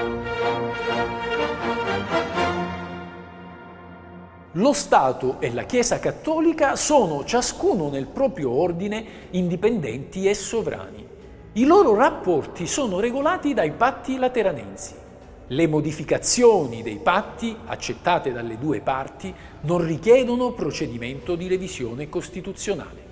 Lo Stato e la Chiesa Cattolica sono ciascuno nel proprio ordine indipendenti e sovrani. I loro rapporti sono regolati dai patti lateranensi. Le modificazioni dei patti, accettate dalle due parti, non richiedono procedimento di revisione costituzionale.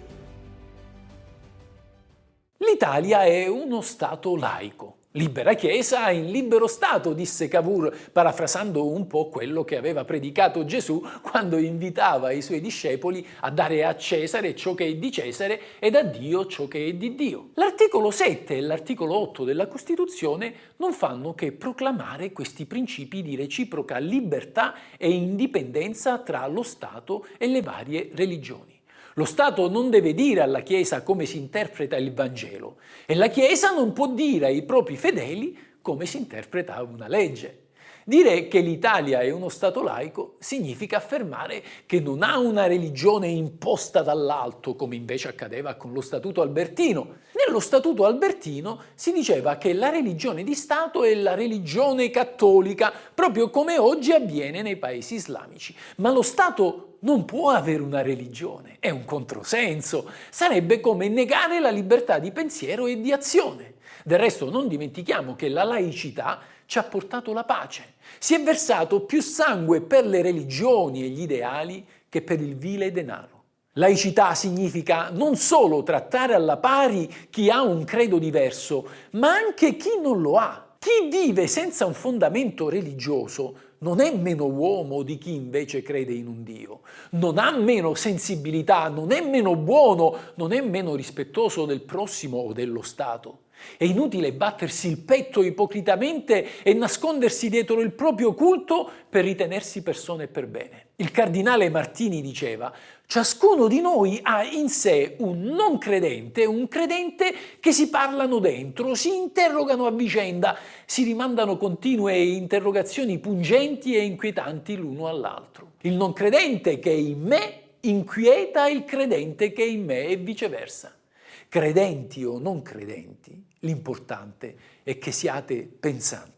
L'Italia è uno Stato laico. Libera Chiesa in libero Stato, disse Cavour, parafrasando un po' quello che aveva predicato Gesù quando invitava i suoi discepoli a dare a Cesare ciò che è di Cesare ed a Dio ciò che è di Dio. L'articolo 7 e l'articolo 8 della Costituzione non fanno che proclamare questi principi di reciproca libertà e indipendenza tra lo Stato e le varie religioni. Lo Stato non deve dire alla Chiesa come si interpreta il Vangelo e la Chiesa non può dire ai propri fedeli come si interpreta una legge. Dire che l'Italia è uno Stato laico significa affermare che non ha una religione imposta dall'alto, come invece accadeva con lo Statuto Albertino. Nello Statuto Albertino si diceva che la religione di Stato è la religione cattolica, proprio come oggi avviene nei paesi islamici. Ma lo Stato non può avere una religione, è un controsenso. Sarebbe come negare la libertà di pensiero e di azione. Del resto non dimentichiamo che la laicità ci ha portato la pace. Si è versato più sangue per le religioni e gli ideali che per il vile denaro. Laicità significa non solo trattare alla pari chi ha un credo diverso, ma anche chi non lo ha. Chi vive senza un fondamento religioso non è meno uomo di chi invece crede in un Dio, non ha meno sensibilità, non è meno buono, non è meno rispettoso del prossimo o dello Stato. È inutile battersi il petto ipocritamente e nascondersi dietro il proprio culto per ritenersi persone per bene. Il cardinale Martini diceva: ciascuno di noi ha in sé un non credente e un credente che si parlano dentro, si interrogano a vicenda, si rimandano continue interrogazioni pungenti e inquietanti l'uno all'altro. Il non credente che è in me inquieta il credente che è in me e viceversa. Credenti o non credenti, l'importante è che siate pensanti.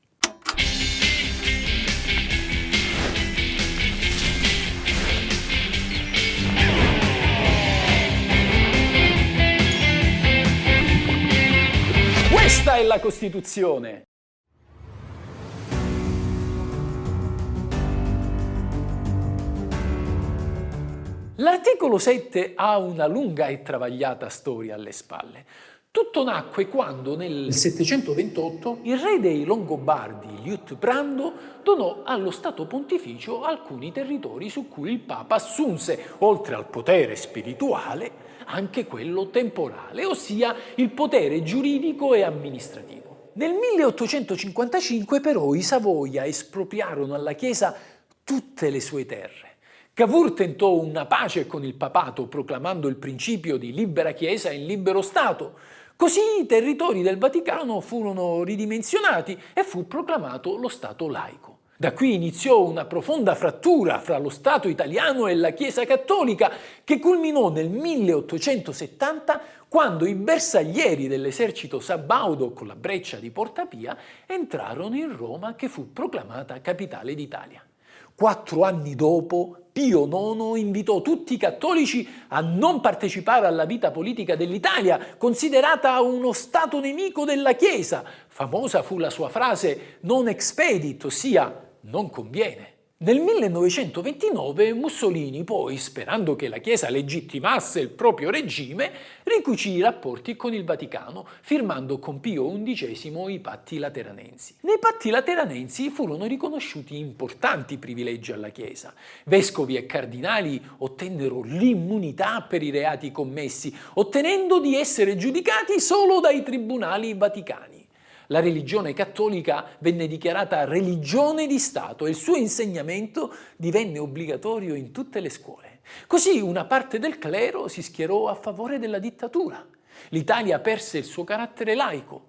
Questa è la Costituzione! L'articolo 7 ha una lunga e travagliata storia alle spalle. Tutto nacque quando nel 728 il re dei Longobardi, Liutprando, donò allo Stato Pontificio alcuni territori su cui il Papa assunse, oltre al potere spirituale, anche quello temporale, ossia il potere giuridico e amministrativo. Nel 1855 però i Savoia espropriarono alla Chiesa tutte le sue terre. Cavour tentò una pace con il papato proclamando il principio di libera Chiesa in libero Stato. Così i territori del Vaticano furono ridimensionati e fu proclamato lo Stato laico. Da qui iniziò una profonda frattura fra lo Stato italiano e la Chiesa cattolica che culminò nel 1870 quando i bersaglieri dell'esercito sabaudo con la breccia di Porta Pia entrarono in Roma che fu proclamata capitale d'Italia. 4 anni dopo, Pio IX invitò tutti i cattolici a non partecipare alla vita politica dell'Italia, considerata uno stato nemico della Chiesa. Famosa fu la sua frase non expedit, ossia non conviene. Nel 1929 Mussolini poi, sperando che la Chiesa legittimasse il proprio regime, ricucì i rapporti con il Vaticano, firmando con Pio XI i patti lateranensi. Nei patti lateranensi furono riconosciuti importanti privilegi alla Chiesa. Vescovi e cardinali ottennero l'immunità per i reati commessi, ottenendo di essere giudicati solo dai tribunali vaticani. La religione cattolica venne dichiarata religione di Stato e il suo insegnamento divenne obbligatorio in tutte le scuole. Così una parte del clero si schierò a favore della dittatura. L'Italia perse il suo carattere laico.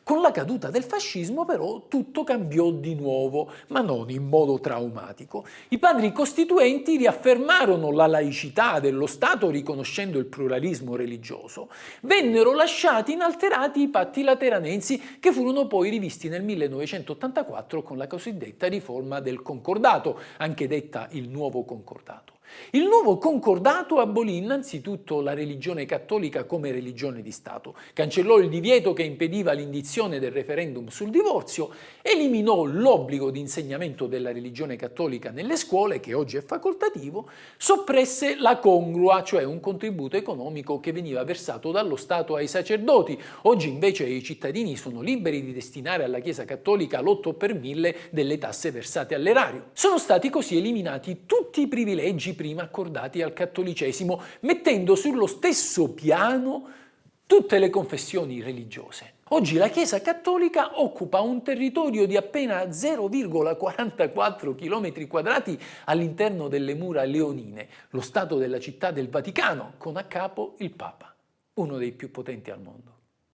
Con la caduta del fascismo però tutto cambiò di nuovo, ma non in modo traumatico. I padri costituenti riaffermarono la laicità dello Stato riconoscendo il pluralismo religioso. Vennero lasciati inalterati i patti lateranensi che furono poi rivisti nel 1984 con la cosiddetta riforma del concordato, anche detta il nuovo concordato. Il nuovo concordato abolì innanzitutto la religione cattolica come religione di Stato, cancellò il divieto che impediva l'indizione del referendum sul divorzio, eliminò l'obbligo di insegnamento della religione cattolica nelle scuole, che oggi è facoltativo, soppresse la congrua, cioè un contributo economico che veniva versato dallo Stato ai sacerdoti. Oggi invece i cittadini sono liberi di destinare alla Chiesa cattolica l'8 per 1000 delle tasse versate all'erario. Sono stati così eliminati tutti i privilegi prima accordati al cattolicesimo, mettendo sullo stesso piano tutte le confessioni religiose. Oggi la Chiesa cattolica occupa un territorio di appena 0,44 km² all'interno delle mura leonine, lo Stato della Città del Vaticano, con a capo il Papa, uno dei più potenti al mondo.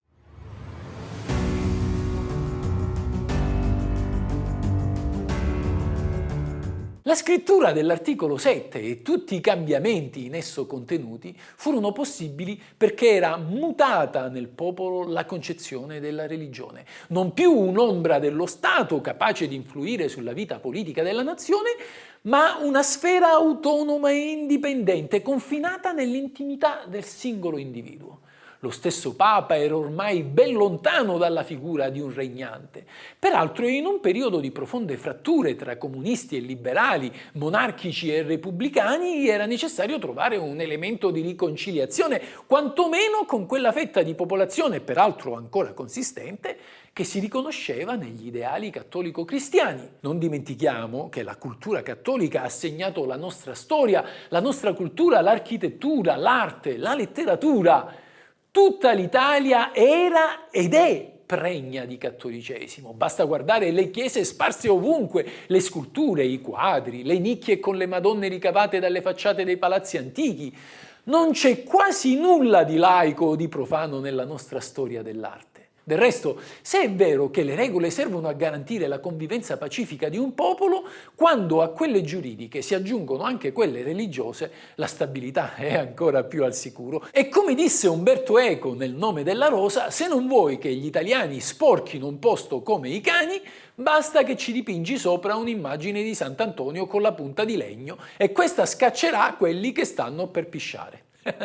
La scrittura dell'articolo 7 e tutti i cambiamenti in esso contenuti furono possibili perché era mutata nel popolo la concezione della religione. Non più un'ombra dello Stato capace di influire sulla vita politica della nazione, ma una sfera autonoma e indipendente, confinata nell'intimità del singolo individuo. Lo stesso Papa era ormai ben lontano dalla figura di un regnante. Peraltro in un periodo di profonde fratture tra comunisti e liberali, monarchici e repubblicani, era necessario trovare un elemento di riconciliazione, quantomeno con quella fetta di popolazione, peraltro ancora consistente, che si riconosceva negli ideali cattolico-cristiani. Non dimentichiamo che la cultura cattolica ha segnato la nostra storia, la nostra cultura, l'architettura, l'arte, la letteratura. Tutta l'Italia era ed è pregna di cattolicesimo. Basta guardare le chiese sparse ovunque, le sculture, i quadri, le nicchie con le Madonne ricavate dalle facciate dei palazzi antichi. Non c'è quasi nulla di laico o di profano nella nostra storia dell'arte. Del resto, se è vero che le regole servono a garantire la convivenza pacifica di un popolo, quando a quelle giuridiche si aggiungono anche quelle religiose, la stabilità è ancora più al sicuro. E come disse Umberto Eco nel Nome della Rosa, se non vuoi che gli italiani sporchino un posto come i cani, basta che ci dipingi sopra un'immagine di Sant'Antonio con la punta di legno e questa scaccerà quelli che stanno per pisciare.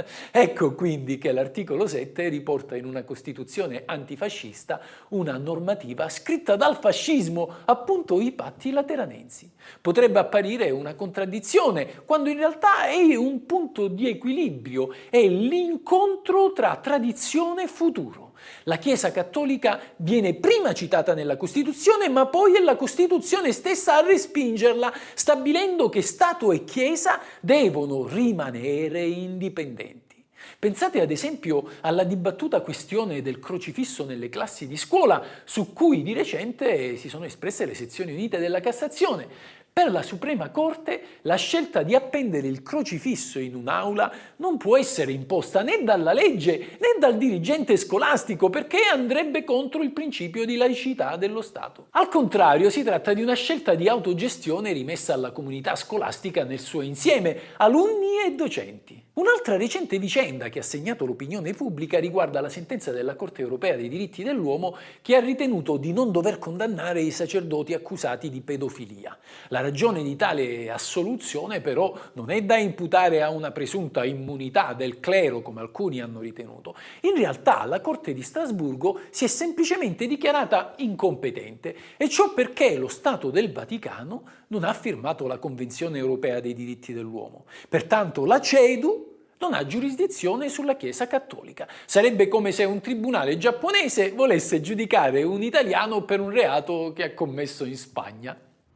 Ecco quindi che l'articolo 7 riporta in una Costituzione antifascista una normativa scritta dal fascismo, appunto i patti lateranensi. Potrebbe apparire una contraddizione, quando in realtà è un punto di equilibrio, è l'incontro tra tradizione e futuro. La Chiesa cattolica viene prima citata nella Costituzione, ma poi è la Costituzione stessa a respingerla, stabilendo che Stato e Chiesa devono rimanere indipendenti. Pensate ad esempio alla dibattuta questione del crocifisso nelle classi di scuola, su cui di recente si sono espresse le sezioni unite della Cassazione. Per la Suprema Corte la scelta di appendere il crocifisso in un'aula non può essere imposta né dalla legge né dal dirigente scolastico, perché andrebbe contro il principio di laicità dello Stato. Al contrario, si tratta di una scelta di autogestione rimessa alla comunità scolastica nel suo insieme, alunni e docenti. Un'altra recente vicenda che ha segnato l'opinione pubblica riguarda la sentenza della Corte europea dei diritti dell'uomo, che ha ritenuto di non dover condannare i sacerdoti accusati di pedofilia. La ragione di tale assoluzione però non è da imputare a una presunta immunità del clero, come alcuni hanno ritenuto. In realtà la Corte di Strasburgo si è semplicemente dichiarata incompetente, e ciò perché lo Stato del Vaticano non ha firmato la Convenzione europea dei diritti dell'uomo. Pertanto la CEDU non ha giurisdizione sulla Chiesa cattolica. Sarebbe come se un tribunale giapponese volesse giudicare un italiano per un reato che ha commesso in Spagna.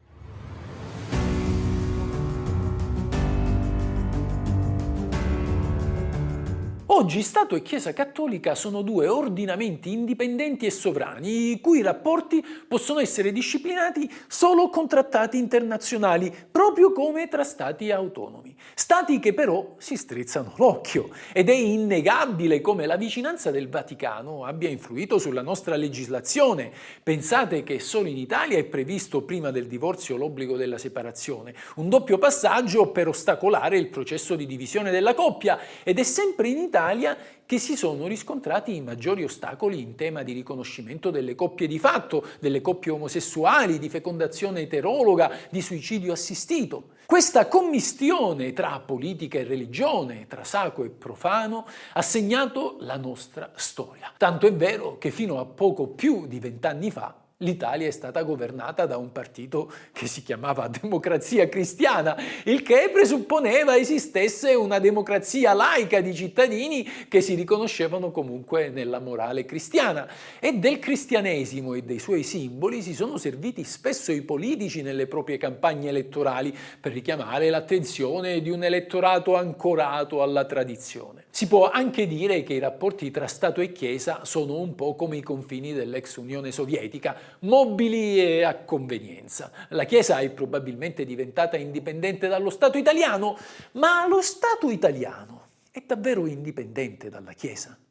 Oggi Stato e Chiesa cattolica sono due ordinamenti indipendenti e sovrani, i cui rapporti possono essere disciplinati solo con trattati internazionali, proprio come tra Stati autonomi. Stati che però si strizzano l'occhio, ed è innegabile come la vicinanza del Vaticano abbia influito sulla nostra legislazione. Pensate che solo in Italia è previsto prima del divorzio l'obbligo della separazione, un doppio passaggio per ostacolare il processo di divisione della coppia, ed è sempre in Italia che si sono riscontrati i maggiori ostacoli in tema di riconoscimento delle coppie di fatto, delle coppie omosessuali, di fecondazione eterologa, di suicidio assistito. Questa commistione tra politica e religione, tra sacro e profano, ha segnato la nostra storia. Tanto è vero che fino a poco più di 20 anni fa l'Italia è stata governata da un partito che si chiamava Democrazia Cristiana, il che presupponeva esistesse una democrazia laica di cittadini che si riconoscevano comunque nella morale cristiana. E del cristianesimo e dei suoi simboli si sono serviti spesso i politici nelle proprie campagne elettorali per richiamare l'attenzione di un elettorato ancorato alla tradizione. Si può anche dire che i rapporti tra Stato e Chiesa sono un po' come i confini dell'ex Unione Sovietica, mobili e a convenienza. La Chiesa è probabilmente diventata indipendente dallo Stato italiano, ma lo Stato italiano è davvero indipendente dalla Chiesa?